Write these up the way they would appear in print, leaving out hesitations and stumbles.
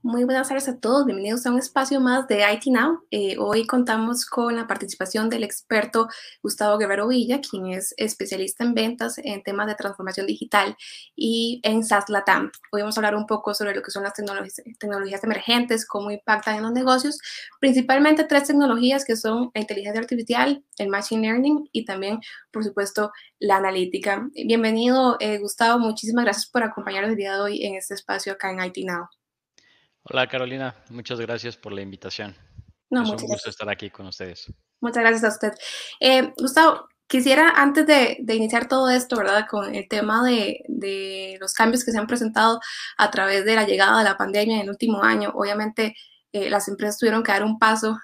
Muy buenas tardes a todos, bienvenidos a un espacio más de IT Now. Hoy contamos con la participación del experto Gustavo Guerrero Villa, quien es especialista en ventas en temas de transformación digital y en SaaS Latam. Hoy vamos a hablar un poco sobre lo que son las tecnologías emergentes, cómo impactan en los negocios, principalmente tres tecnologías que son la inteligencia artificial, el machine learning y también, por supuesto, la analítica. Bienvenido, Gustavo, muchísimas gracias por acompañarnos el día de hoy en este espacio acá en IT Now. Hola Carolina, muchas gracias por la invitación. No, Es un muchas gusto gracias. estar aquí con ustedes. Muchas gracias a usted. Gustavo, quisiera antes de iniciar todo esto, ¿verdad? Con el tema de los cambios que se han presentado a través de la llegada de la pandemia en el último año, obviamente las empresas tuvieron que dar un paso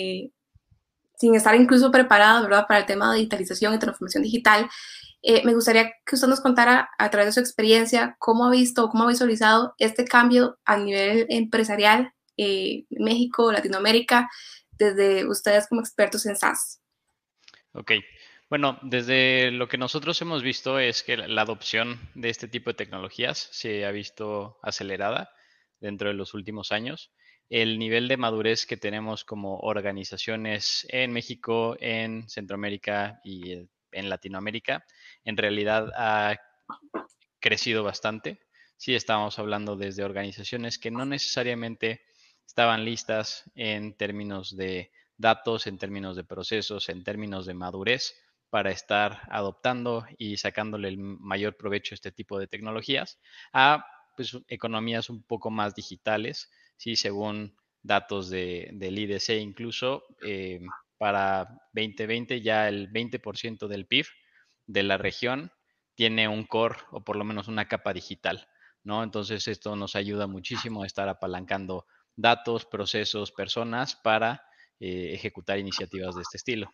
sin estar incluso preparadas, ¿verdad? Para el tema de digitalización y transformación digital. Me gustaría que usted nos contara a través de su experiencia cómo ha visto, cómo ha visualizado este cambio a nivel empresarial, México, Latinoamérica, desde ustedes como expertos en SaaS. Ok, bueno, desde lo que nosotros hemos visto es que la adopción de este tipo de tecnologías se ha visto acelerada dentro de los últimos años. El nivel de madurez que tenemos como organizaciones en México, en Centroamérica y en Latinoamérica, en realidad ha crecido bastante. Sí, estábamos hablando desde organizaciones que no necesariamente estaban listas en términos de datos, en términos de procesos, en términos de madurez para estar adoptando y sacándole el mayor provecho a este tipo de tecnologías, a pues, economías un poco más digitales, ¿sí? Según datos del IDC, incluso para 2020 ya el 20% del PIB de la región tiene un core o por lo menos una capa digital, ¿no? Entonces esto nos ayuda muchísimo a estar apalancando datos, procesos, personas para ejecutar iniciativas de este estilo.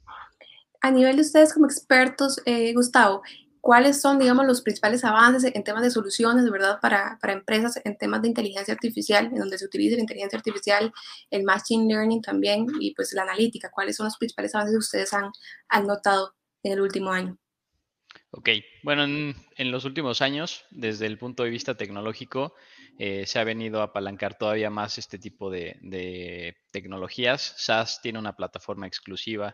A nivel de ustedes como expertos, Gustavo, ¿cuáles son, digamos, los principales avances en temas de soluciones, de verdad, para empresas en temas de inteligencia artificial, en donde se utiliza la inteligencia artificial, el machine learning también y pues la analítica? ¿Cuáles son los principales avances que ustedes han notado en el último año? Ok, bueno, en los últimos años, desde el punto de vista tecnológico, se ha venido a apalancar todavía más este tipo de tecnologías. SaaS tiene una plataforma exclusiva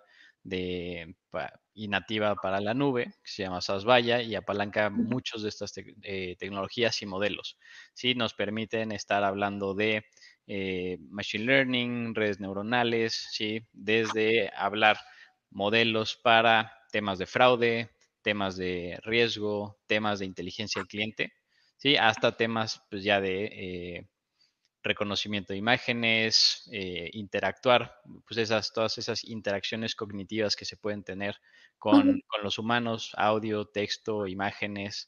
y nativa para la nube, que se llama SaaS Vaya, y apalanca muchos de estas tecnologías y modelos. Sí, nos permiten estar hablando de machine learning, redes neuronales, sí, desde hablar modelos para temas de fraude, temas de riesgo, temas de inteligencia del cliente, ¿sí? Hasta temas pues, ya de reconocimiento de imágenes, interactuar, pues todas esas interacciones cognitivas que se pueden tener con los humanos, audio, texto, imágenes,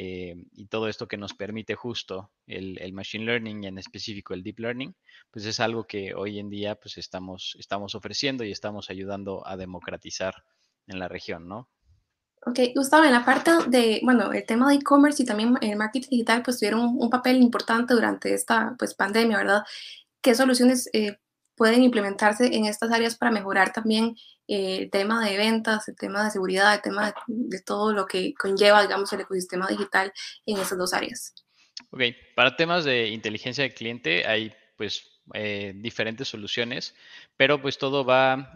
y todo esto que nos permite justo el machine learning y en específico el deep learning, pues es algo que hoy en día pues estamos ofreciendo y estamos ayudando a democratizar en la región, ¿no? Ok, Gustavo, en la parte de, bueno, el tema de e-commerce y también el marketing digital, pues tuvieron un papel importante durante esta, pues, pandemia, ¿verdad? ¿Qué soluciones pueden implementarse en estas áreas para mejorar también el tema de ventas, el tema de seguridad, el tema de todo lo que conlleva, digamos, el ecosistema digital en esas dos áreas? Ok, para temas de inteligencia de cliente hay pues diferentes soluciones, pero pues todo va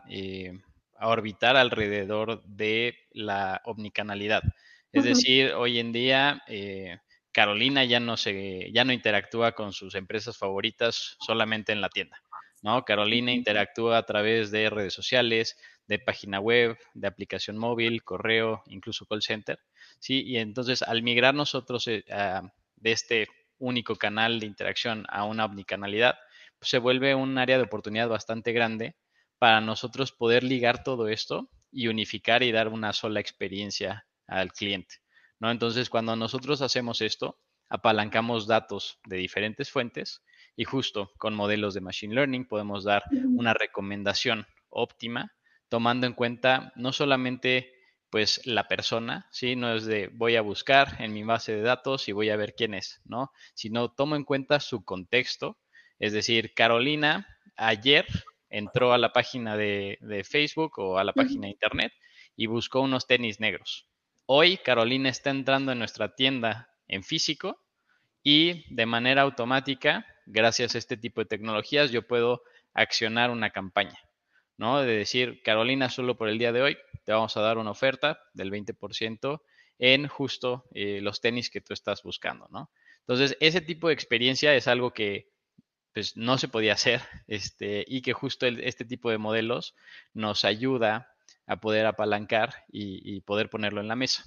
a orbitar alrededor de la omnicanalidad. Es Ujú, decir, hoy en día Carolina ya no interactúa con sus empresas favoritas solamente en la tienda, ¿no? Carolina interactúa a través de redes sociales, de página web, de aplicación móvil, correo, incluso call center, ¿sí? Y entonces al migrar nosotros de este único canal de interacción a una omnicanalidad, pues se vuelve un área de oportunidad bastante grande para nosotros poder ligar todo esto y unificar y dar una sola experiencia al cliente, ¿no? Entonces, cuando nosotros hacemos esto, apalancamos datos de diferentes fuentes y justo con modelos de machine learning podemos dar ujú. una recomendación óptima, tomando en cuenta no solamente pues la persona, ¿sí? No es de voy a buscar en mi base de datos y voy a ver quién es, ¿no? Sino tomo en cuenta su contexto, es decir, Carolina ayer entró a la página de Facebook o a la página de internet y buscó unos tenis negros. Hoy Carolina está entrando en nuestra tienda en físico y de manera automática gracias a este tipo de tecnologías, yo puedo accionar una campaña, ¿no? De decir, Carolina, solo por el día de hoy te vamos a dar una oferta del 20% en justo los tenis que tú estás buscando, ¿no? Entonces, ese tipo de experiencia es algo que pues no se podía hacer, y que justo este tipo de modelos nos ayuda a poder apalancar y poder ponerlo en la mesa.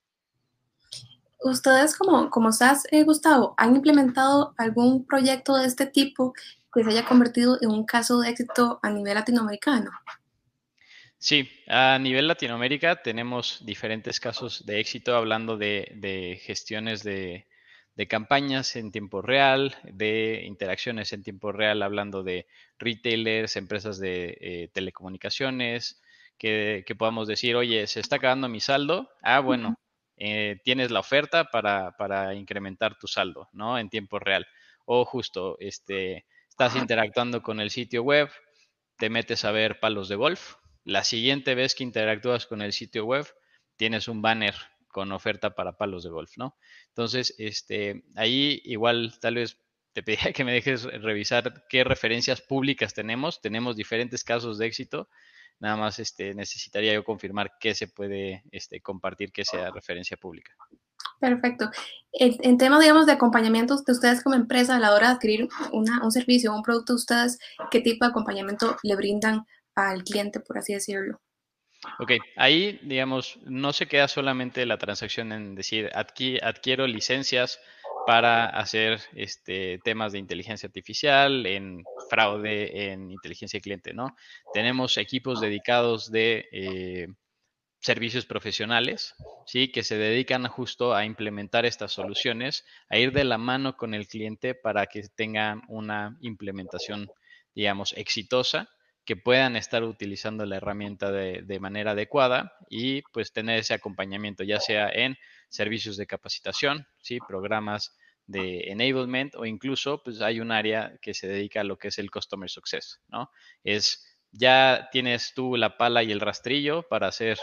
Ustedes como SAS, Gustavo, ¿han implementado algún proyecto de este tipo que se haya convertido en un caso de éxito a nivel latinoamericano? Sí, a nivel Latinoamérica tenemos diferentes casos de éxito hablando de gestiones de campañas en tiempo real, de interacciones en tiempo real, hablando de retailers, empresas de telecomunicaciones, que podamos decir, oye, se está acabando mi saldo. Ah, bueno, tienes la oferta para incrementar tu saldo, ¿no? En tiempo real. O justo, estás interactuando con el sitio web, te metes a ver palos de golf. La siguiente vez que interactúas con el sitio web, tienes un banner con oferta para palos de golf, ¿no? Entonces, ahí igual tal vez te pediría que me dejes revisar qué referencias públicas tenemos. Tenemos diferentes casos de éxito. Nada más necesitaría yo confirmar qué se puede compartir que sea referencia pública. Perfecto. En tema, digamos, de acompañamientos de ustedes como empresa a la hora de adquirir un servicio o un producto, ustedes, ¿qué tipo de acompañamiento le brindan al cliente, por así decirlo? Ok, ahí, digamos, no se queda solamente la transacción en decir adquiero licencias para hacer temas de inteligencia artificial, en fraude, en inteligencia de cliente, ¿no? Tenemos equipos dedicados de servicios profesionales, ¿sí? Que se dedican justo a implementar estas soluciones, a ir de la mano con el cliente para que tengan una implementación, digamos, exitosa, que puedan estar utilizando la herramienta de manera adecuada y pues tener ese acompañamiento, ya sea en servicios de capacitación, ¿sí? Programas de enablement o incluso pues hay un área que se dedica a lo que es el customer success, ¿no? Es ya tienes tú la pala y el rastrillo para hacer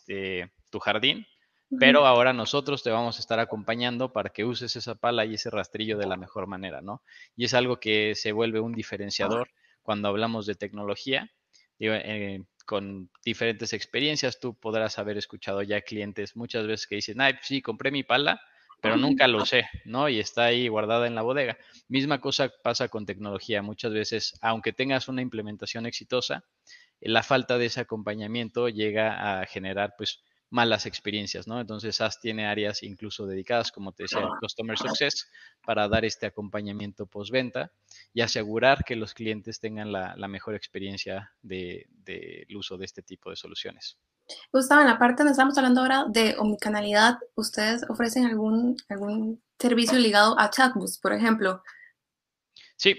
tu jardín, Ujú. pero ahora nosotros te vamos a estar acompañando para que uses esa pala y ese rastrillo de la mejor manera, ¿no? Y es algo que se vuelve un diferenciador cuando hablamos de tecnología. Digo, con diferentes experiencias, tú podrás haber escuchado ya clientes muchas veces que dicen, ay, sí, compré mi pala, pero nunca lo usé, ¿no? Y está ahí guardada en la bodega. Misma cosa pasa con tecnología. Muchas veces, aunque tengas una implementación exitosa, la falta de ese acompañamiento llega a generar pues malas experiencias, ¿no? Entonces SAS tiene áreas incluso dedicadas, como te decía, Customer Success, para dar este acompañamiento postventa y asegurar que los clientes tengan la mejor experiencia del uso de este tipo de soluciones. Gustavo, en la parte donde estamos hablando ahora de omnicanalidad, ¿ustedes ofrecen algún servicio ligado a chatbots, por ejemplo? Sí,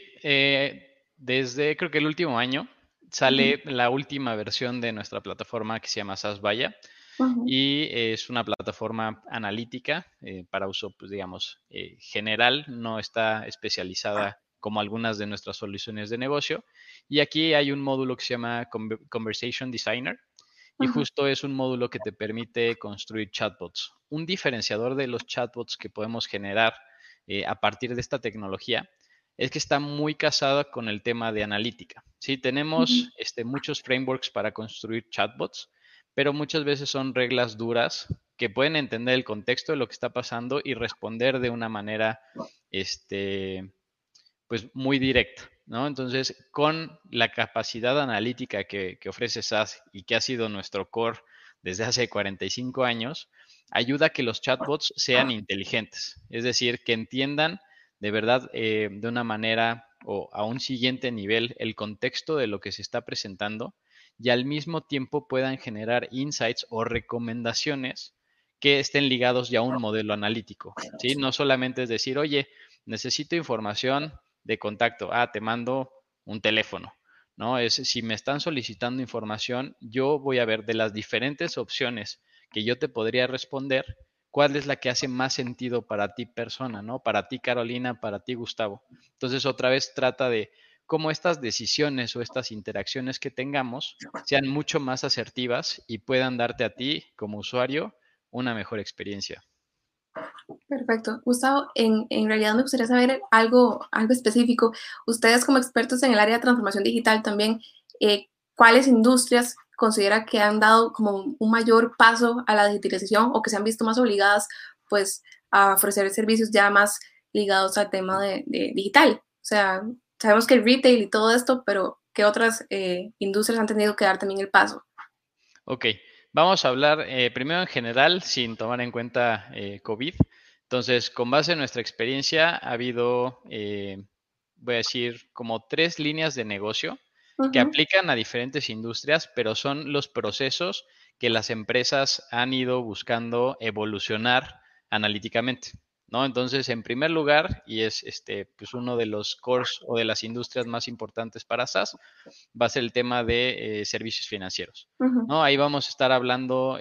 desde creo que el último año Ujú, sale la última versión de nuestra plataforma que se llama SaaS Vaya ujú, y es una plataforma analítica para uso, pues digamos, general, no está especializada como algunas de nuestras soluciones de negocio. Y aquí hay un módulo que se llama Conversation Designer y ujú. justo es un módulo que te permite construir chatbots. Un diferenciador de los chatbots que podemos generar a partir de esta tecnología es que está muy casada con el tema de analítica. Sí, Ujú. tenemos muchos frameworks para construir chatbots, pero muchas veces son reglas duras que pueden entender el contexto de lo que está pasando y responder de una manera, pues muy directa, ¿no? Entonces, con la capacidad analítica que ofrece SAS y que ha sido nuestro core desde hace 45 años, ayuda a que los chatbots sean inteligentes, es decir, que entiendan de verdad de una manera o a un siguiente nivel el contexto de lo que se está presentando y al mismo tiempo puedan generar insights o recomendaciones que estén ligados ya a un modelo analítico, ¿sí? No solamente es decir, oye, necesito información de contacto. Ah, te mando un teléfono, ¿no? Es si me están solicitando información, yo voy a ver de las diferentes opciones que yo te podría responder, cuál es la que hace más sentido para ti persona, ¿no? Para ti Carolina, para ti Gustavo. Entonces otra vez trata de cómo estas decisiones o estas interacciones que tengamos sean mucho más asertivas y puedan darte a ti como usuario una mejor experiencia. Perfecto. Gustavo, en realidad me gustaría saber algo específico. Ustedes como expertos en el área de transformación digital también, ¿cuáles industrias considera que han dado como un mayor paso a la digitalización o que se han visto más obligadas pues a ofrecer servicios ya más ligados al tema de digital? O sea, sabemos que el retail y todo esto, pero ¿qué otras industrias han tenido que dar también el paso? Ok, vamos a hablar primero en general sin tomar en cuenta COVID. Entonces, con base en nuestra experiencia, ha habido, voy a decir, como tres líneas de negocio que Ujú, aplican a diferentes industrias, pero son los procesos que las empresas han ido buscando evolucionar analíticamente, ¿no? Entonces, en primer lugar, y es pues uno de los cores o de las industrias más importantes para SaaS, va a ser el tema de servicios financieros, ujú, ¿no? Ahí vamos a estar hablando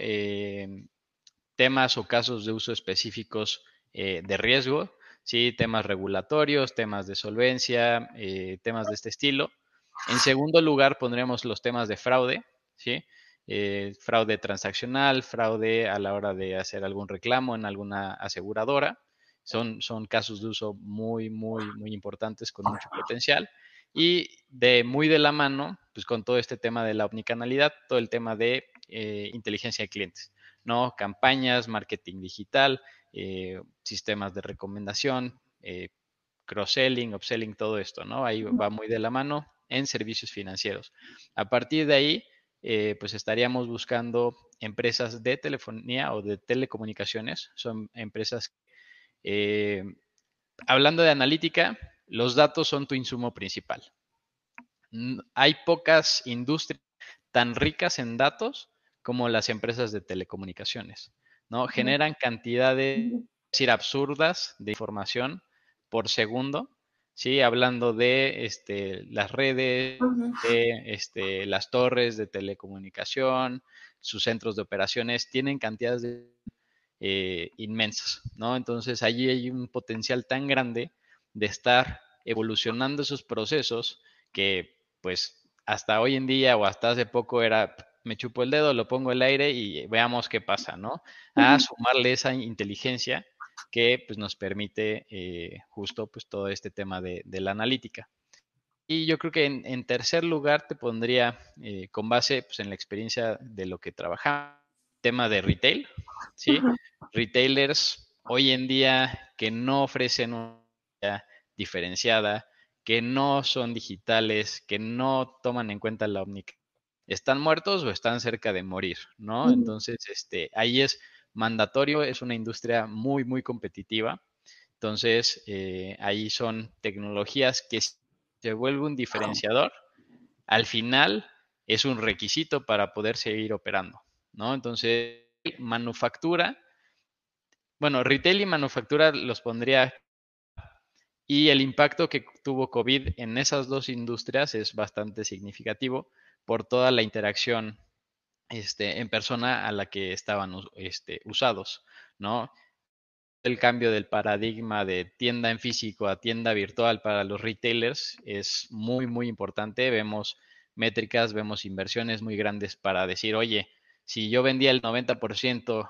temas o casos de uso específicos de riesgo, ¿sí? Temas regulatorios, temas de solvencia, temas de este estilo. En segundo lugar, pondremos los temas de fraude, ¿sí? Fraude transaccional, fraude a la hora de hacer algún reclamo en alguna aseguradora. Son casos de uso muy importantes con mucho potencial. Y muy de la mano, pues con todo este tema de la omnicanalidad, todo el tema de inteligencia de clientes, ¿no? Campañas, marketing digital, sistemas de recomendación, cross-selling, upselling, todo esto, ¿no? Ahí va muy de la mano en servicios financieros. A partir de ahí, pues estaríamos buscando empresas de telefonía o de telecomunicaciones. Son empresas, eh, hablando de analítica, los datos son tu insumo principal. Hay pocas industrias tan ricas en datos como las empresas de telecomunicaciones, ¿no? Generan cantidades, ujú, es decir, absurdas de información por segundo, ¿sí? Hablando de las redes, ujú, de las torres de telecomunicación, sus centros de operaciones, tienen cantidades inmensas, ¿no? Entonces allí hay un potencial tan grande de estar evolucionando esos procesos que pues hasta hoy en día o hasta hace poco era me chupo el dedo, lo pongo al aire y veamos qué pasa, ¿no? A ujú. sumarle esa inteligencia que pues nos permite justo pues todo este tema de la analítica. Y yo creo que en tercer lugar te pondría, con base pues, en la experiencia de lo que trabajamos, tema de retail, ¿sí? Ujú, Retailers hoy en día que no ofrecen una diferenciada, que no son digitales, que no toman en cuenta la omnicanalidad, están muertos o están cerca de morir, ¿no? ujú. Entonces, ahí es mandatorio, es una industria muy competitiva. Entonces, ahí son tecnologías que se vuelve un diferenciador, al final es un requisito para poder seguir operando, ¿no? Entonces, manufactura, bueno, retail y manufactura los pondría y el impacto que tuvo COVID en esas dos industrias es bastante significativo por toda la interacción en persona a la que estaban usados, ¿no? El cambio del paradigma de tienda en físico a tienda virtual para los retailers es muy importante. Vemos métricas, vemos inversiones muy grandes para decir, oye, si yo vendía el 90%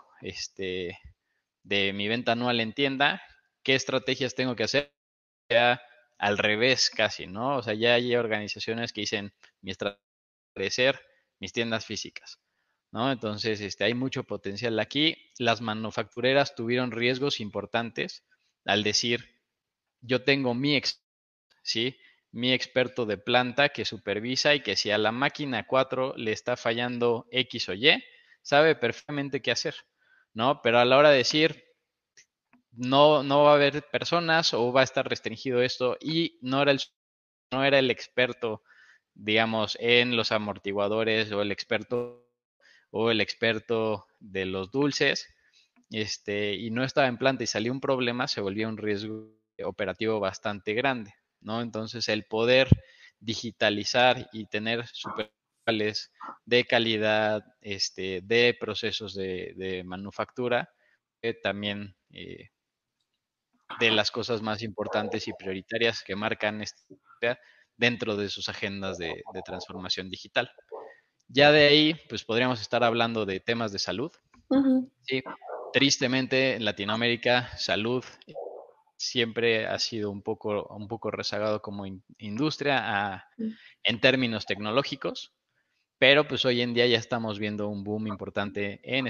de mi venta anual en tienda, ¿qué estrategias tengo que hacer? Al revés casi, ¿no? O sea, ya hay organizaciones que dicen, mi estrategia es crecer mis tiendas físicas, ¿no? Entonces, hay mucho potencial aquí. Las manufactureras tuvieron riesgos importantes al decir, yo tengo ¿sí? Mi experto de planta que supervisa y que si a la máquina 4 le está fallando X o Y, sabe perfectamente qué hacer, ¿no? Pero a la hora de decir, no va a haber personas o va a estar restringido esto y no era el experto, digamos, en los amortiguadores o el experto de los dulces, y no estaba en planta y salió un problema, se volvía un riesgo operativo bastante grande, ¿no? Entonces, el poder digitalizar y tener superales de calidad, de procesos de manufactura, también de las cosas más importantes y prioritarias que marcan dentro de sus agendas de transformación digital. Ya de ahí, pues podríamos estar hablando de temas de salud, Ujú. ¿sí? Tristemente, en Latinoamérica, salud siempre ha sido un poco rezagado como industria en términos tecnológicos, pero pues hoy en día ya estamos viendo un boom importante en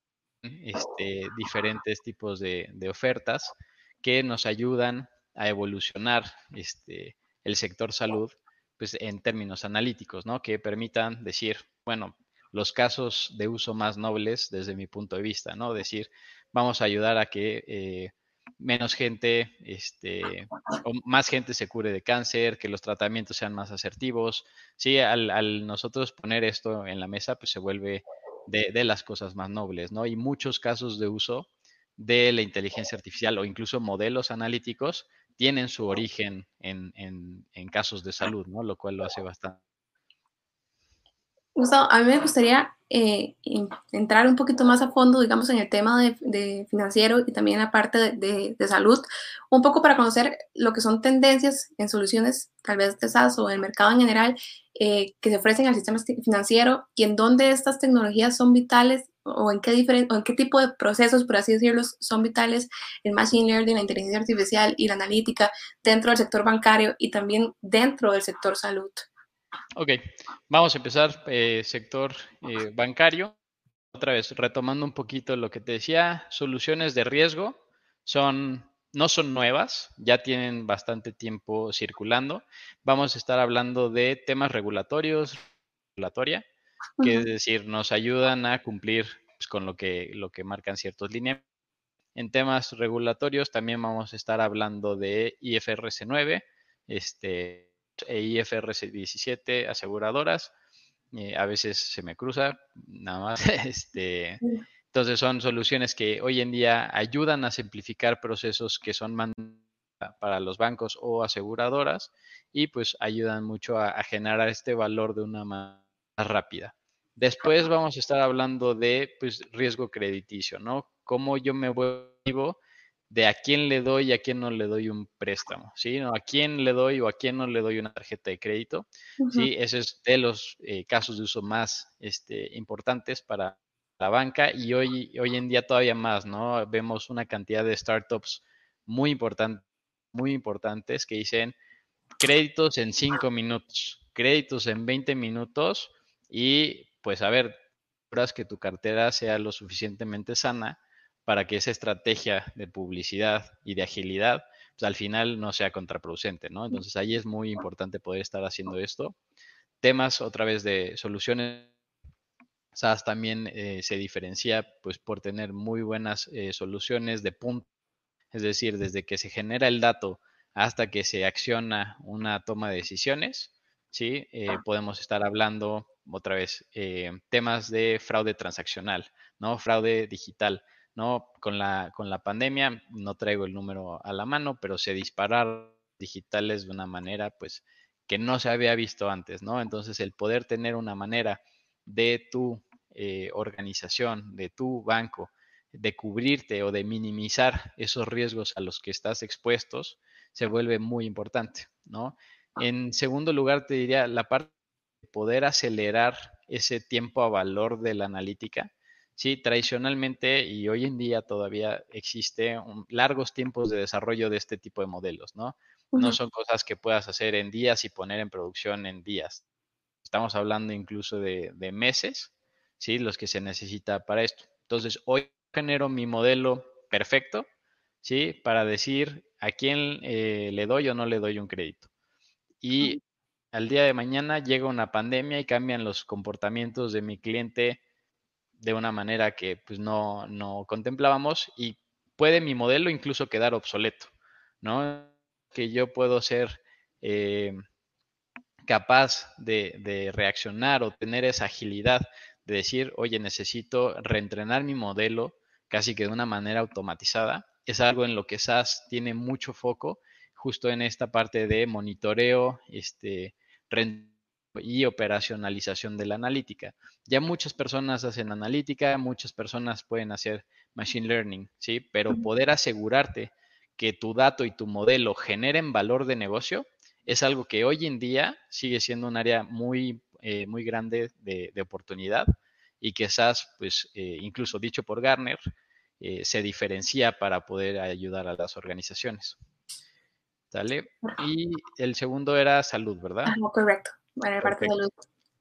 diferentes tipos de ofertas que nos ayudan a evolucionar el sector salud pues, en términos analíticos, ¿no? Que permitan decir, bueno, los casos de uso más nobles desde mi punto de vista, ¿no? Decir, vamos a ayudar a que menos gente, o más gente se cure de cáncer, que los tratamientos sean más asertivos. Sí, al nosotros poner esto en la mesa, pues se vuelve de las cosas más nobles, ¿no? Y muchos casos de uso de la inteligencia artificial o incluso modelos analíticos tienen su origen en casos de salud, ¿no? Lo cual lo hace bastante. Gustavo, a mí me gustaría entrar un poquito más a fondo, digamos, en el tema de financiero y también la parte de salud, un poco para conocer lo que son tendencias en soluciones, tal vez de SaaS o del mercado en general, que se ofrecen al sistema financiero y en dónde estas tecnologías son vitales o o en qué tipo de procesos, por así decirlo, son vitales el machine learning, la inteligencia artificial y la analítica dentro del sector bancario y también dentro del sector salud. Ok, vamos a empezar sector bancario. Otra vez, retomando un poquito lo que te decía, soluciones de riesgo no son nuevas, ya tienen bastante tiempo circulando. Vamos a estar hablando de temas regulatorios, regulatoria, Uh que es -huh. decir, nos ayudan a cumplir pues, con lo que marcan ciertos líneas. En temas regulatorios también vamos a estar hablando de IFRS 9, e IFRS 17, aseguradoras. A veces se me cruza, nada más. Entonces son soluciones que hoy en día ayudan a simplificar procesos que son para los bancos o aseguradoras y pues ayudan mucho a generar este valor de una manera más rápida. Después vamos a estar hablando de pues, riesgo crediticio, ¿no? Cómo yo me vuelvo de a quién le doy y a quién no le doy un préstamo, ¿sí? ¿No? A quién le doy o a quién no le doy una tarjeta de crédito, Uh -huh. ¿sí? Ese es de los casos de uso más importantes para la banca y hoy en día todavía más, ¿no? Vemos una cantidad de startups muy importantes, muy importantes que dicen créditos en 5 minutos, créditos en 20 minutos y pues a ver, que tu cartera sea lo suficientemente sana para que esa estrategia de publicidad y de agilidad pues al final no sea contraproducente, ¿no? Entonces ahí es muy importante poder estar haciendo esto. Temas otra vez de soluciones. SaaS también se diferencia pues por tener muy buenas soluciones de punto, es decir, desde que se genera el dato hasta que se acciona una toma de decisiones, ¿sí? Podemos estar hablando otra vez temas de fraude transaccional, ¿no? Fraude digital, ¿no? Con la pandemia, no traigo el número a la mano, pero se dispararon digitales de una manera, pues, que no se había visto antes, ¿no? Entonces, el poder tener una manera de tu organización, de tu banco, de cubrirte o de minimizar esos riesgos a los que estás expuestos, se vuelve muy importante, ¿no? En segundo lugar, te diría la parte de poder acelerar ese tiempo a valor de la analítica. Sí, tradicionalmente y hoy en día todavía existe largos tiempos de desarrollo de este tipo de modelos, ¿no? Uh No -huh. son cosas que puedas hacer en días y poner en producción en días. Estamos hablando incluso de meses, ¿sí? Los que se necesita para esto. Entonces, hoy genero mi modelo perfecto, ¿sí? Para decir a quién le doy o no le doy un crédito. Y al día de mañana llega una pandemia y cambian los comportamientos de mi cliente de una manera que pues no contemplábamos y puede mi modelo incluso quedar obsoleto, ¿no? Que yo puedo ser eh, capaz de reaccionar o tener esa agilidad de decir, oye, necesito reentrenar mi modelo casi que de una manera automatizada, es algo en lo que SAS tiene mucho foco, justo en esta parte de monitoreo y operacionalización de la analítica. Ya muchas personas hacen analítica, muchas personas pueden hacer machine learning, ¿sí? Pero poder asegurarte que tu dato y tu modelo generen valor de negocio es algo que hoy en día sigue siendo un área muy grande de oportunidad y que SAS, pues incluso dicho por Gartner, se diferencia para poder ayudar a las organizaciones. ¿Sale? Y el segundo era salud, ¿verdad? Ajá, correcto. Bueno, la parte de Perfecto. salud.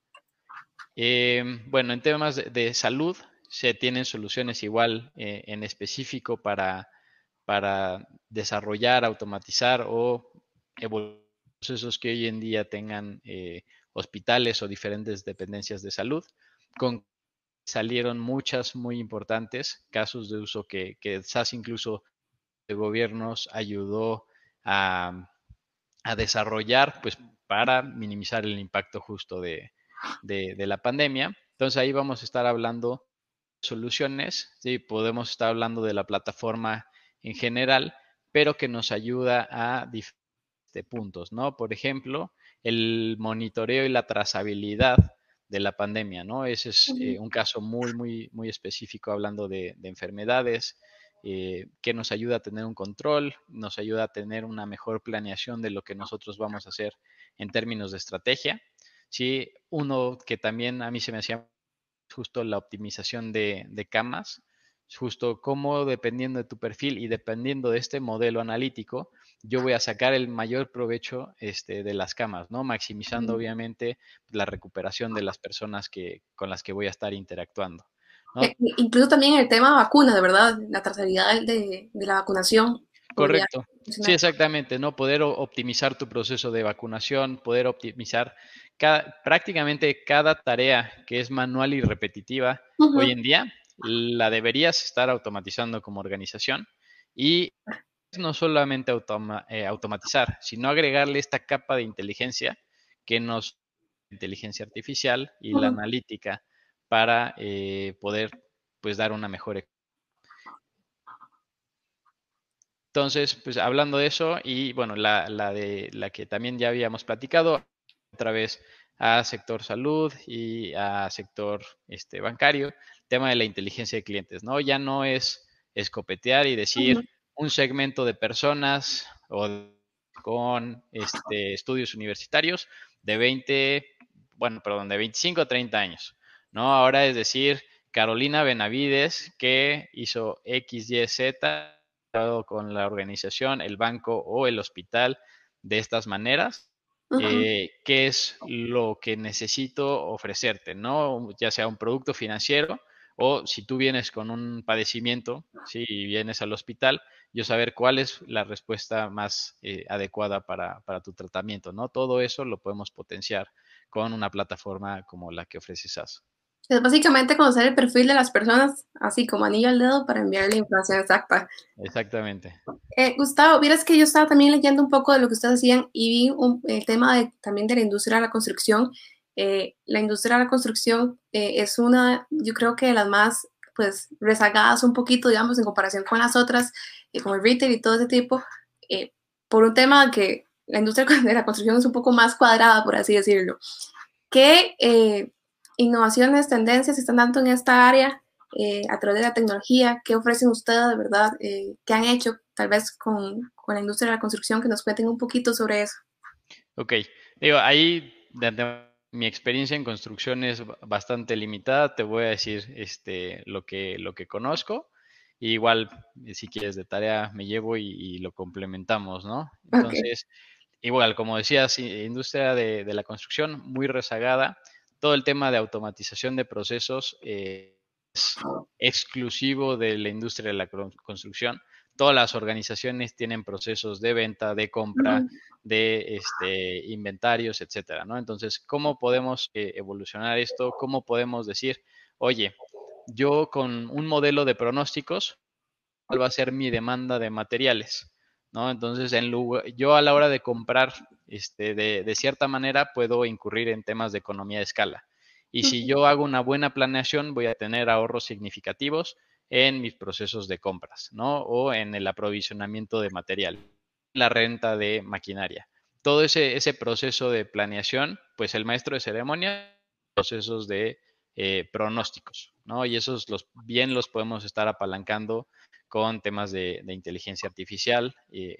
Bueno, en temas de salud se tienen soluciones igual en específico para desarrollar, automatizar o procesos que hoy en día tengan hospitales o diferentes dependencias de salud. Con salieron muchas muy importantes casos de uso que SAS incluso de gobiernos ayudó a, a desarrollar, pues para minimizar el impacto justo de la pandemia. Entonces ahí vamos a estar hablando de soluciones, ¿sí? Podemos estar hablando de la plataforma en general, pero que nos ayuda a diferentes puntos, ¿no? Por ejemplo, el monitoreo y la trazabilidad de la pandemia, ¿no? Ese es Ujú. un caso muy específico hablando de enfermedades, que nos ayuda a tener un control, nos ayuda a tener una mejor planeación de lo que nosotros vamos a hacer en términos de estrategia. Sí, uno que también a mí se me hacía justo la optimización de camas, justo cómo dependiendo de tu perfil y dependiendo de este modelo analítico, yo voy a sacar el mayor provecho de las camas, ¿no? Maximizando obviamente la recuperación de las personas con las que voy a estar interactuando, ¿no? Incluso también el tema de vacunas, de verdad, la trazabilidad de la vacunación podría Correcto. Sí, funcionar. exactamente, ¿no? Poder optimizar tu proceso de vacunación, poder optimizar prácticamente cada tarea que es manual y repetitiva hoy Ujú, en día, la deberías estar automatizando como organización y no solamente automatizar, sino agregarle esta capa de inteligencia que nos inteligencia artificial y la ujú, analítica para poder pues dar una mejor. Entonces, pues hablando de eso, y bueno, la que también ya habíamos platicado, otra vez a sector salud y a sector bancario, tema de la inteligencia de clientes, ¿no? Ya no es escopetear y ujú, decir un segmento de personas o con estudios universitarios de 20, bueno, perdón, de 25 a 30 años, ¿no? Ahora es decir, Carolina Benavides, que hizo X, Y, Z con la organización, el banco o el hospital de estas maneras, ujú. qué es lo que necesito ofrecerte, ¿no? Ya sea un producto financiero o si tú vienes con un padecimiento, si vienes al hospital, yo saber cuál es la respuesta más adecuada para tu tratamiento, ¿no? Todo eso lo podemos potenciar con una plataforma como la que ofrece SAS. Es básicamente conocer el perfil de las personas, así como anillo al dedo, para enviar la información exacta. Exactamente. Gustavo, vieras que yo estaba también leyendo un poco de lo que ustedes hacían y vi el tema también de la industria de la construcción. La industria de la construcción es una, yo creo que de las más, pues, rezagadas un poquito, digamos, en comparación con las otras, como el retail y todo ese tipo, eh, por un tema que la industria de la construcción es un poco más cuadrada, por así decirlo. ¿Qué innovaciones, tendencias se están dando en esta área a través de la tecnología? ¿Qué ofrecen ustedes de verdad? ¿Qué han hecho tal vez con la industria de la construcción? Que nos cuenten un poquito sobre eso. Ok, digo, ahí mi experiencia en construcción es bastante limitada, te voy a decir lo que conozco. Y igual, si quieres de tarea, me llevo y lo complementamos, ¿no? Ok. Entonces, igual, como decías, industria de la construcción muy rezagada, todo el tema de automatización de procesos es exclusivo de la industria de la construcción. Todas las organizaciones tienen procesos de venta, de compra, Ujú, de inventarios, etcétera, ¿no? Entonces, ¿cómo podemos evolucionar esto? ¿Cómo podemos decir, oye, yo con un modelo de pronósticos, ¿cuál va a ser mi demanda de materiales? ¿No? Entonces, yo a la hora de comprar, de cierta manera, puedo incurrir en temas de economía de escala. Y si ujú, yo hago una buena planeación, voy a tener ahorros significativos en mis procesos de compras, ¿no? O en el aprovisionamiento de material, la renta de maquinaria. Todo ese proceso de planeación, pues el maestro de ceremonia, procesos de pronósticos, ¿no? Y esos bien los podemos estar apalancando con temas de inteligencia artificial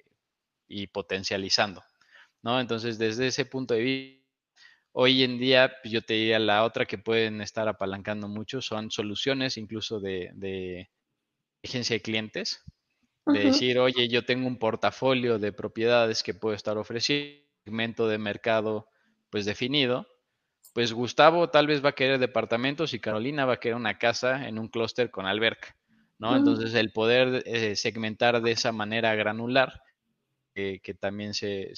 y potencializando, ¿no? Entonces, desde ese punto de vista, hoy en día, pues, yo te diría la otra que pueden estar apalancando mucho son soluciones incluso de agencia de clientes, de Ujú, decir, oye, yo tengo un portafolio de propiedades que puedo estar ofreciendo, un segmento de mercado pues definido. Pues Gustavo tal vez va a querer departamentos y Carolina va a querer una casa en un clúster con alberca, ¿no? ujú. Entonces el poder segmentar de esa manera granular, que también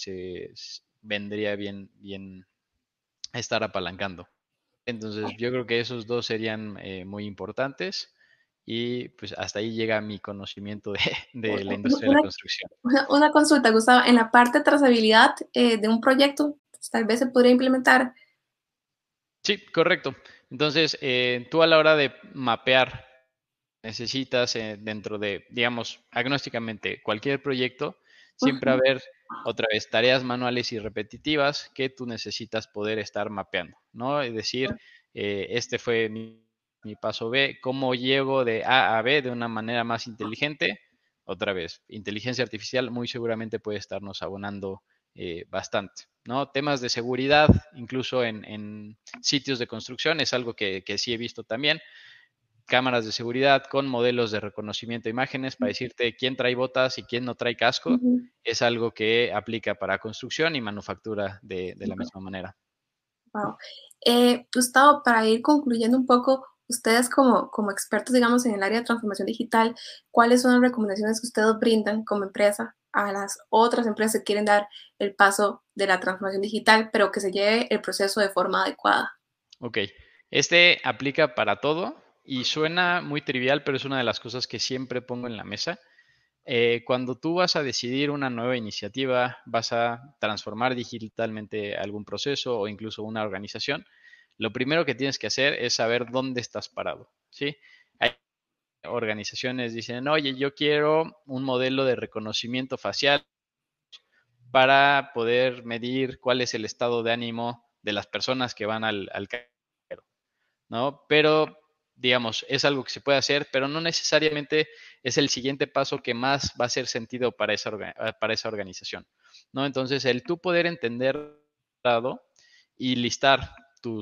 vendría bien estar apalancando. Entonces yo creo que esos dos serían muy importantes y pues hasta ahí llega mi conocimiento de la industria de la Una, construcción. una consulta, Gustavo, en la parte de trazabilidad de un proyecto, pues, tal vez se podría implementar. Sí, correcto. Entonces, tú a la hora de mapear, necesitas dentro de, digamos, agnósticamente cualquier proyecto, siempre Ujú, haber otra vez tareas manuales y repetitivas que tú necesitas poder estar mapeando, ¿no? Es decir, este fue mi paso B, ¿cómo llego de A a B de una manera más inteligente? Otra vez, inteligencia artificial muy seguramente puede estarnos abonando bastante, ¿no? Temas de seguridad, incluso en sitios de construcción, es algo que sí he visto también. Cámaras de seguridad con modelos de reconocimiento de imágenes para decirte quién trae botas y quién no trae casco, ujú. es algo que aplica para construcción y manufactura de la misma manera. Wow. Gustavo, para ir concluyendo un poco, ustedes como expertos, digamos, en el área de transformación digital, ¿cuáles son las recomendaciones que ustedes brindan como empresa a las otras empresas que quieren dar el paso de la transformación digital, pero que se lleve el proceso de forma adecuada? Ok, este aplica para todo y suena muy trivial, pero es una de las cosas que siempre pongo en la mesa. Cuando tú vas a decidir una nueva iniciativa, vas a transformar digitalmente algún proceso o incluso una organización, lo primero que tienes que hacer es saber dónde estás parado, ¿sí? Hay organizaciones dicen, oye, yo quiero un modelo de reconocimiento facial para poder medir cuál es el estado de ánimo de las personas que van al cajero, ¿no? Pero, digamos, es algo que se puede hacer, pero no necesariamente es el siguiente paso que más va a hacer sentido para esa organización, ¿no? Entonces, el tú poder entender y listar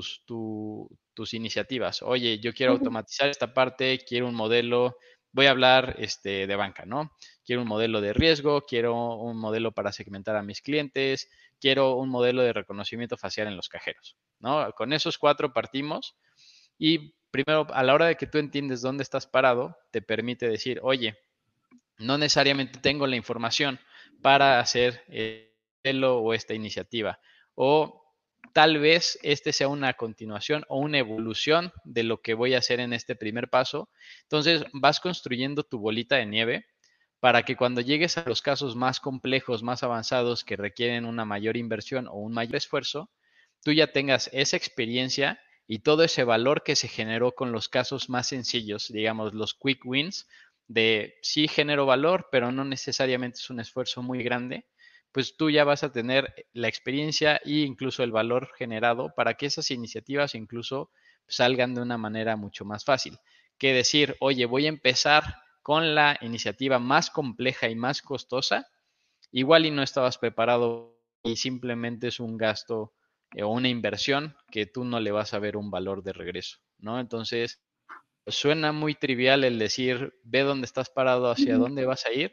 tus iniciativas. Oye, yo quiero Ujú, automatizar esta parte, quiero un modelo, voy a hablar de banca, ¿no? Quiero un modelo de riesgo, quiero un modelo para segmentar a mis clientes, quiero un modelo de reconocimiento facial en los cajeros, ¿no? Con esos cuatro partimos y primero, a la hora de que tú entiendes dónde estás parado, te permite decir, oye, no necesariamente tengo la información para hacer el modelo o esta iniciativa. O tal vez este sea una continuación o una evolución de lo que voy a hacer en este primer paso. Entonces vas construyendo tu bolita de nieve para que cuando llegues a los casos más complejos, más avanzados, que requieren una mayor inversión o un mayor esfuerzo, tú ya tengas esa experiencia y todo ese valor que se generó con los casos más sencillos, digamos, los quick wins, de sí genero valor, pero no necesariamente es un esfuerzo muy grande, pues tú ya vas a tener la experiencia e incluso el valor generado para que esas iniciativas incluso salgan de una manera mucho más fácil. Que decir, oye, voy a empezar con la iniciativa más compleja y más costosa, igual y no estabas preparado y simplemente es un gasto o una inversión que tú no le vas a ver un valor de regreso, ¿no? Entonces, suena muy trivial el decir, ve dónde estás parado, hacia ujú. dónde vas a ir,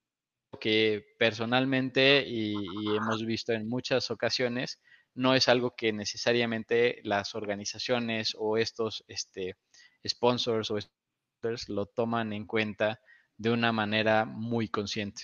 que personalmente y hemos visto en muchas ocasiones, no es algo que necesariamente las organizaciones o estos sponsors o sponsors lo toman en cuenta de una manera muy consciente.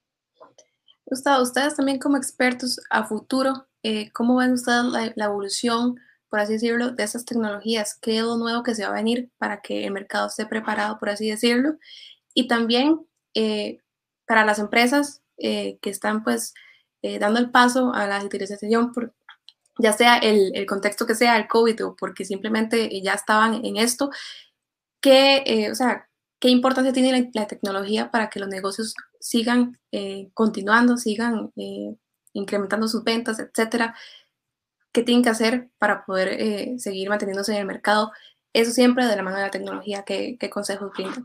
Gustavo, ustedes también como expertos a futuro, ¿cómo ven ustedes la evolución, por así decirlo, de esas tecnologías? ¿Qué es lo nuevo que se va a venir para que el mercado esté preparado, por así decirlo? Y también eh, para las empresas que están pues dando el paso a la digitalización, ya sea el contexto que sea el COVID o porque simplemente ya estaban en esto, o sea, ¿qué importancia tiene la tecnología para que los negocios sigan continuando, sigan incrementando sus ventas, etcétera? ¿Qué tienen que hacer para poder seguir manteniéndose en el mercado? Eso siempre de la mano de la tecnología. ¿Qué consejos brindan?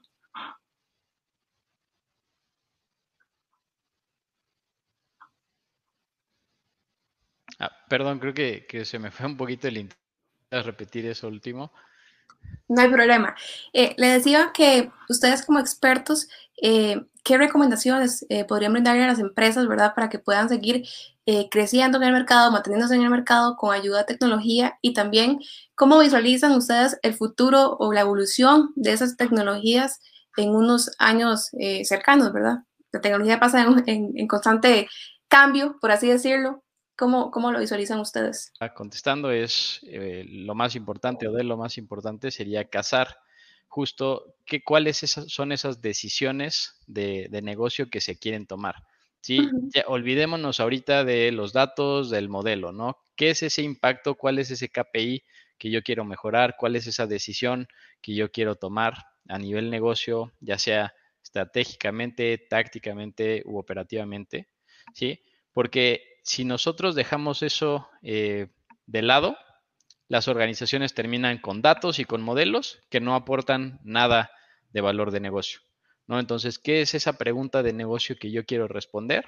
Perdón, creo que se me fue un poquito el internet. ¿Puedes repetir eso último? No hay problema. Le decía que ustedes como expertos, ¿qué recomendaciones podrían brindarle a las empresas, verdad, para que puedan seguir creciendo en el mercado, manteniéndose en el mercado con ayuda de tecnología y también cómo visualizan ustedes el futuro o la evolución de esas tecnologías en unos años cercanos, verdad? La tecnología pasa en constante cambio, por así decirlo. ¿Cómo lo visualizan ustedes? Contestando es lo más importante o de lo más importante sería cazar justo cuáles son esas decisiones de negocio que se quieren tomar. ¿Sí? Ujú, Ya, olvidémonos ahorita de los datos del modelo, ¿no? ¿Qué es ese impacto? ¿Cuál es ese KPI que yo quiero mejorar? ¿Cuál es esa decisión que yo quiero tomar a nivel negocio, ya sea estratégicamente, tácticamente u operativamente? ¿Sí? Porque si nosotros dejamos eso de lado, las organizaciones terminan con datos y con modelos que no aportan nada de valor de negocio, ¿no? Entonces, ¿qué es esa pregunta de negocio que yo quiero responder?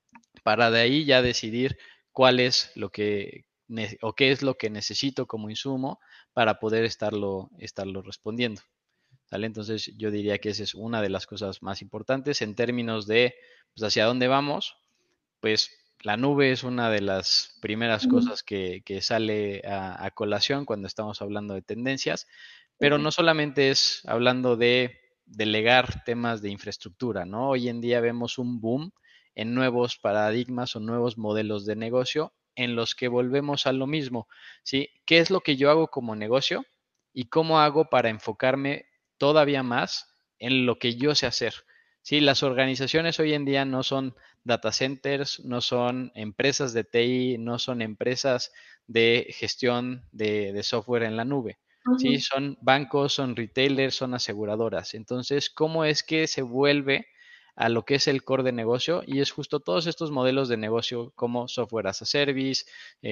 Para de ahí ya decidir cuál es lo que o qué es lo que necesito como insumo para poder estarlo respondiendo. ¿Sale? Entonces yo diría que esa es una de las cosas más importantes en términos de pues, hacia dónde vamos, pues la nube es una de las primeras ujú, cosas que sale a colación cuando estamos hablando de tendencias, pero ok, no solamente es hablando de delegar temas de infraestructura, ¿no? Hoy en día vemos un boom en nuevos paradigmas o nuevos modelos de negocio en los que volvemos a lo mismo, ¿sí? ¿Qué es lo que yo hago como negocio y cómo hago para enfocarme todavía más en lo que yo sé hacer? Sí, las organizaciones hoy en día no son data centers, no son empresas de TI, no son empresas de gestión de software en la nube. Sí, ujú, son bancos, son retailers, son aseguradoras. Entonces, ¿cómo es que se vuelve a lo que es el core de negocio? Y es justo todos estos modelos de negocio como software as a service,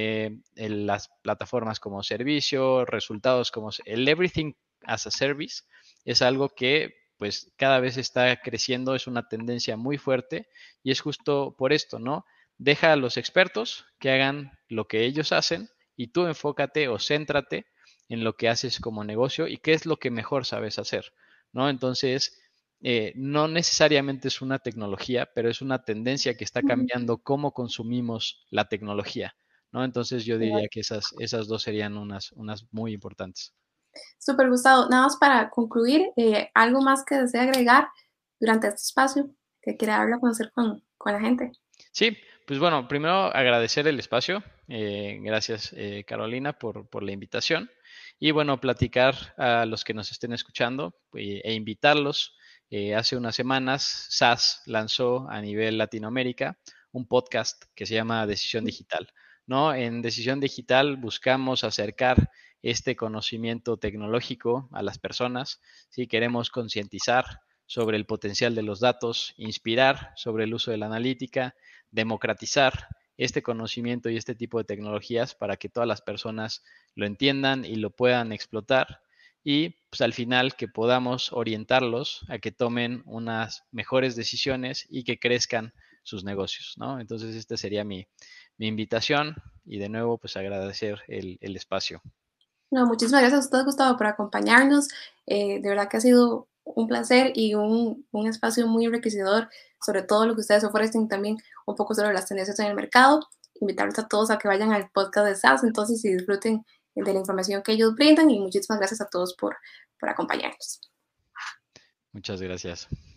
las plataformas como servicio, resultados como el everything as a service, es algo que pues cada vez está creciendo, es una tendencia muy fuerte y es justo por esto, ¿no? Deja a los expertos que hagan lo que ellos hacen y tú enfócate o céntrate en lo que haces como negocio y qué es lo que mejor sabes hacer, ¿no? Entonces, no necesariamente es una tecnología, pero es una tendencia que está ujú. cambiando cómo consumimos la tecnología, ¿no? Entonces yo diría que esas dos serían unas muy importantes. Súper Gustavo, nada más para concluir, algo más que desea agregar durante este espacio que quiera darle a conocer con la gente. Sí, pues bueno, primero agradecer el espacio. Gracias, Carolina, por la invitación. Y bueno, platicar a los que nos estén escuchando e invitarlos. Hace unas semanas, SAS lanzó a nivel Latinoamérica un podcast que se llama Decisión Digital, ¿no? En Decisión Digital buscamos acercar este conocimiento tecnológico a las personas. Si queremos concientizar sobre el potencial de los datos, inspirar sobre el uso de la analítica, democratizar este conocimiento y este tipo de tecnologías para que todas las personas lo entiendan y lo puedan explotar y pues al final que podamos orientarlos a que tomen unas mejores decisiones y que crezcan sus negocios, ¿no? Entonces esta sería mi invitación y de nuevo pues agradecer el espacio. No, muchísimas gracias a usted, Gustavo, por acompañarnos. De verdad que ha sido un placer y un espacio muy enriquecedor sobre todo lo que ustedes ofrecen, también un poco sobre las tendencias en el mercado. Invitarlos a todos a que vayan al podcast de SAS, entonces, y disfruten de la información que ellos brindan. Y muchísimas gracias a todos por acompañarnos. Muchas gracias.